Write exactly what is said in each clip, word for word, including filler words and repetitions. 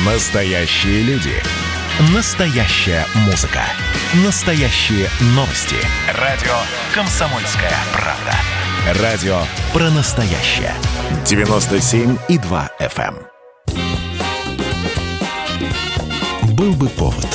Настоящие люди. Настоящая музыка. Настоящие новости. Радио «Комсомольская правда». Радио про настоящее. девяносто семь и два эф эм. Был бы повод.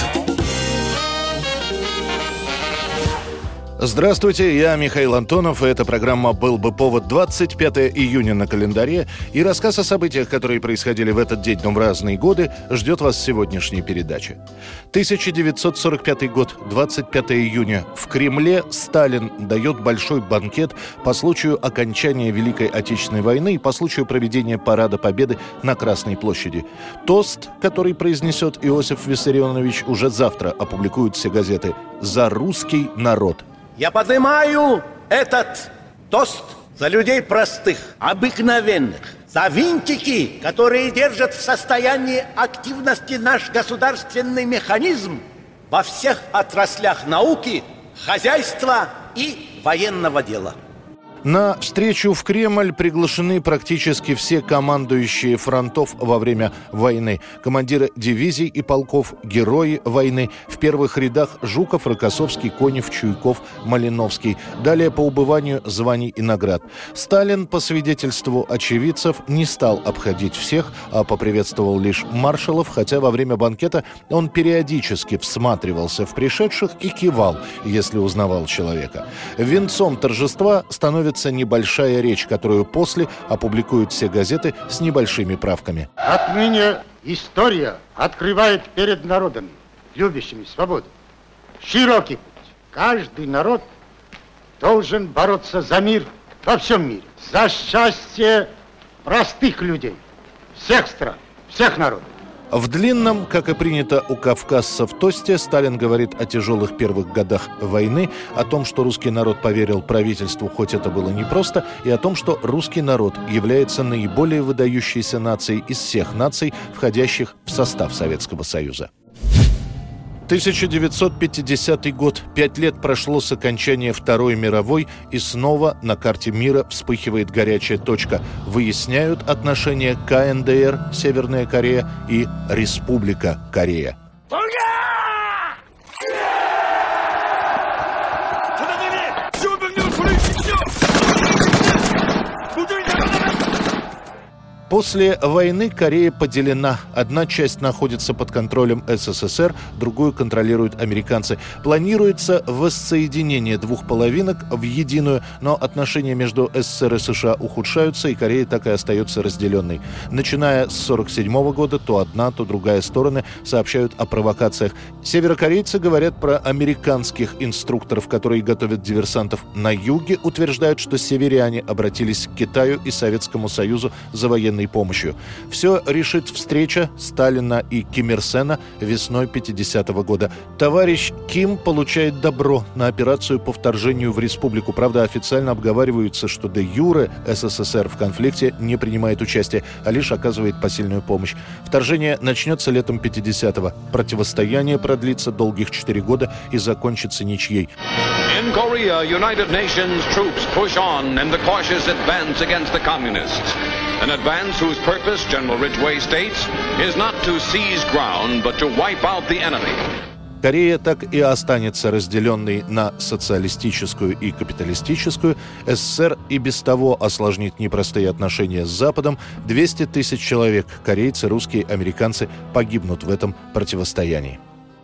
Здравствуйте, я Михаил Антонов, и эта программа «Был бы повод». Двадцать пятое июня на календаре, и рассказ о событиях, которые происходили в этот день, но в разные годы, ждет вас в сегодняшней передаче. тысяча девятьсот сорок пятый год, двадцать пятое июня. В Кремле Сталин дает большой банкет по случаю окончания Великой Отечественной войны и по случаю проведения Парада Победы на Красной площади. Тост, который произнесет Иосиф Виссарионович, уже завтра опубликуют все газеты. «За русский народ». Я поднимаю этот тост за людей простых, обыкновенных, за винтики, которые держат в состоянии активности наш государственный механизм во всех отраслях науки, хозяйства и военного дела. На встречу в Кремль приглашены практически все командующие фронтов во время войны. Командиры дивизий и полков, герои войны. В первых рядах Жуков, Рокоссовский, Конев, Чуйков, Малиновский. Далее по убыванию званий и наград. Сталин, по свидетельству очевидцев, не стал обходить всех, а поприветствовал лишь маршалов, хотя во время банкета он периодически всматривался в пришедших и кивал, если узнавал человека. Венцом торжества становится небольшая речь, которую после опубликуют все газеты с небольшими правками. Отныне история открывает перед народами, любящими свободу, широкий путь. Каждый народ должен бороться за мир во всем мире, за счастье простых людей, всех стран, всех народов. В длинном, как и принято у кавказцев, тосте Сталин говорит о тяжелых первых годах войны, о том, что русский народ поверил правительству, хоть это было непросто, и о том, что русский народ является наиболее выдающейся нацией из всех наций, входящих в состав Советского Союза. тысяча девятьсот пятидесятый год. Пять лет прошло с окончания Второй мировой, и снова на карте мира вспыхивает горячая точка. Выясняют отношения ка эн дэ эр, Северная Корея, и Республика Корея. После войны Корея поделена. Одна часть находится под контролем эс эс эс эр, другую контролируют американцы. Планируется воссоединение двух половинок в единую, но отношения между эс эс эс эр и США ухудшаются, и Корея так и остается разделенной. Начиная с сорок седьмого года, то одна, то другая стороны сообщают о провокациях. Северокорейцы говорят про американских инструкторов, которые готовят диверсантов на юге, утверждают, что северяне обратились к Китаю и Советскому Союзу за военной помощью. Все решит встреча Сталина и Ким Ир Сена весной пятидесятого года. Товарищ Ким получает добро на операцию по вторжению в республику. Правда, официально обговаривается, что де юре эс эс эс эр в конфликте не принимает участия, а лишь оказывает посильную помощь. Вторжение начнется летом пятидесятого. Противостояние продлится долгих четыре года и закончится ничьей. In Korea, United Nations troops push on in the cautious advance against the communists. An advance whose purpose, General Ridgway states, is not to seize ground, but to wipe out the enemy. Корея так и останется разделенной на социалистическую и капиталистическую. эс эс эс эр и без того осложнит непростые отношения с Западом. двести тысяч человек, корейцы, русские, американцы, погибнут в этом противостоянии.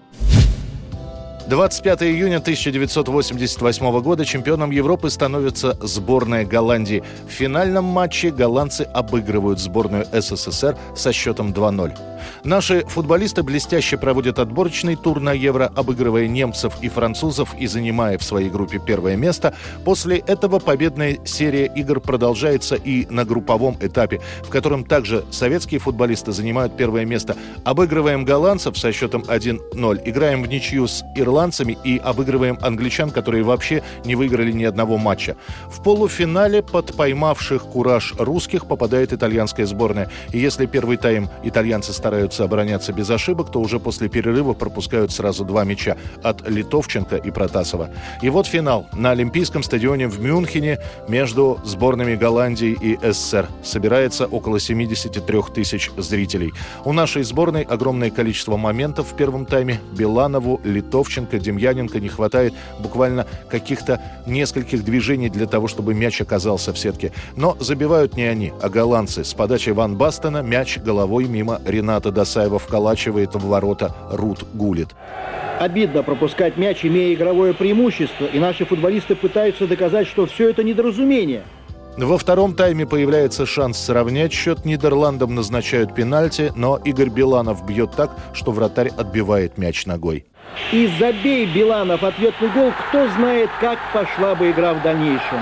двадцать пятого июня тысяча девятьсот восемьдесят восьмого года чемпионом Европы становится сборная Голландии. В финальном матче голландцы обыгрывают сборную эс эс эс эр со счетом два ноль. Наши футболисты блестяще проводят отборочный тур на Евро, обыгрывая немцев и французов и занимая в своей группе первое место. После этого победная серия игр продолжается и на групповом этапе, в котором также советские футболисты занимают первое место. Обыгрываем голландцев со счетом один ноль, играем в ничью с ирландцами и обыгрываем англичан, которые вообще не выиграли ни одного матча. В полуфинале под поймавших кураж русских попадает итальянская сборная. И если первый тайм итальянцы стараются стараются обороняться без ошибок, то уже после перерыва пропускают сразу два мяча от Литовченко и Протасова. И вот финал на Олимпийском стадионе в Мюнхене между сборными Голландии и СССР. Собирается около семьдесят три тысяч зрителей. У нашей сборной огромное количество моментов в первом тайме. Биланову, Литовченко, Демьяненко не хватает буквально каких-то нескольких движений для того, чтобы мяч оказался в сетке. Но забивают не они, а голландцы. С подачи Ван Бастена мяч головой мимо Рената Досаева вколачивает в ворота Рут Гуллит. Обидно пропускать мяч, имея игровое преимущество, и наши футболисты пытаются доказать, что все это недоразумение. Во втором тайме появляется шанс сравнять счет. Нидерландам назначают пенальти, но Игорь Биланов бьет так, что вратарь отбивает мяч ногой. И забей, Биланов, ответный гол, кто знает, как пошла бы игра в дальнейшем.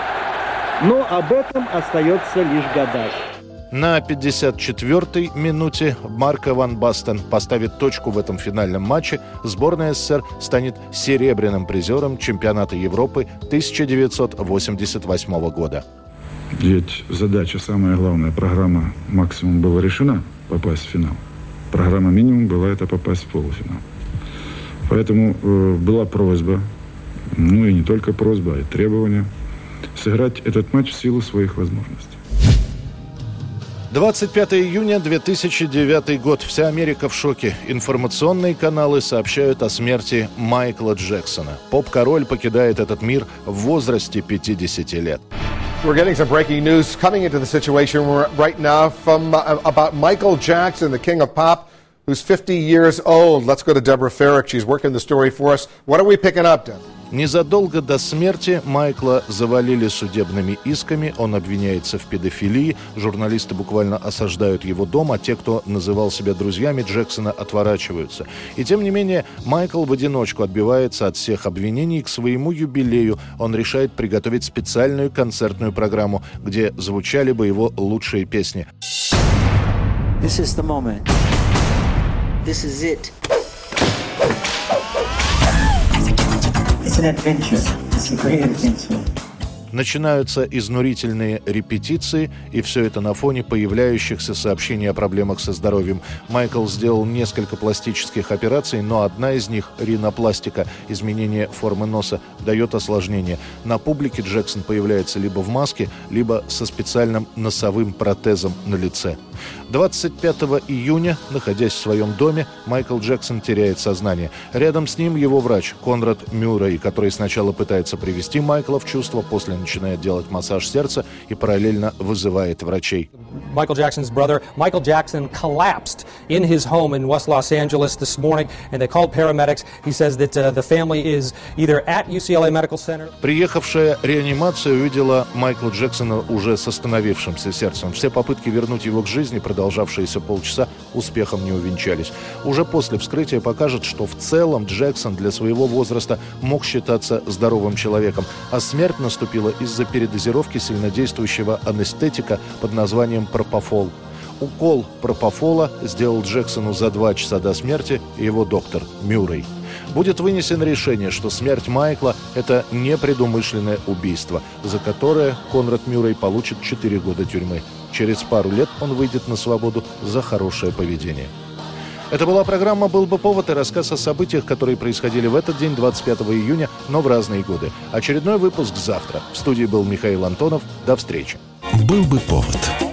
Но об этом остается лишь гадать. На пятьдесят четвёртой минуте Марко Ван Бастен поставит точку в этом финальном матче. Сборная СССР станет серебряным призером чемпионата Европы тысяча девятьсот восемьдесят восьмого года. Ведь задача, самая главная, программа максимум была решена попасть в финал. Программа минимум была это попасть в полуфинал. Поэтому э, была просьба, ну и не только просьба, а и требование, сыграть этот матч в силу своих возможностей. двадцать пятого июня две тысячи девятый год. Вся Америка в шоке. Информационные каналы сообщают о смерти Майкла Джексона. Поп-король покидает этот мир в возрасте пятидесяти лет. We're getting some breaking news coming into the situation right now from uh, about Michael Jackson, the king of pop, who's fifty years old. Let's go to Deborah Farrick. She's working the story for us. What are we picking up, Deb? Незадолго до смерти Майкла завалили судебными исками. Он обвиняется в педофилии. Журналисты буквально осаждают его дом, а те, кто называл себя друзьями Джексона, отворачиваются. И тем не менее, Майкл в одиночку отбивается от всех обвинений. К своему юбилею он решает приготовить специальную концертную программу, где звучали бы его лучшие песни. This is the moment. This is it. It's an adventure. It's a great adventure. Начинаются изнурительные репетиции, и все это на фоне появляющихся сообщений о проблемах со здоровьем. Майкл сделал несколько пластических операций, но одна из них, ринопластика, изменение формы носа, дает осложнение. На публике Джексон появляется либо в маске, либо со специальным носовым протезом на лице. двадцать пятого июня, находясь в своем доме, Майкл Джексон теряет сознание. Рядом с ним его врач Конрад Мюррей, который сначала пытается привести Майкла в чувство, после начинает делать массаж сердца и параллельно вызывает врачей. Michael Jackson's brother, Michael Jackson, collapsed in his home in West Los Angeles this morning, and they called paramedics. He says that uh, the family is either at ю си эл эй Medical Center. Приехавшая реанимация увидела Майкла Джексона уже с остановившимся сердцем. Все попытки вернуть его к жизни, продолжавшиеся полчаса, успехом не увенчались. Уже после вскрытия покажет, что в целом Джексон для своего возраста мог считаться здоровым человеком, а смерть наступила из-за передозировки сильнодействующего анестетика под названием пропофол. Укол пропофола сделал Джексону за два часа до смерти его доктор Мюррей. Будет вынесено решение, что смерть Майкла – это непредумышленное убийство, за которое Конрад Мюррей получит четыре года тюрьмы. Через пару лет он выйдет на свободу за хорошее поведение. Это была программа «Был бы повод» и рассказ о событиях, которые происходили в этот день, двадцать пятого июня, но в разные годы. Очередной выпуск завтра. В студии был Михаил Антонов. До встречи. «Был бы повод»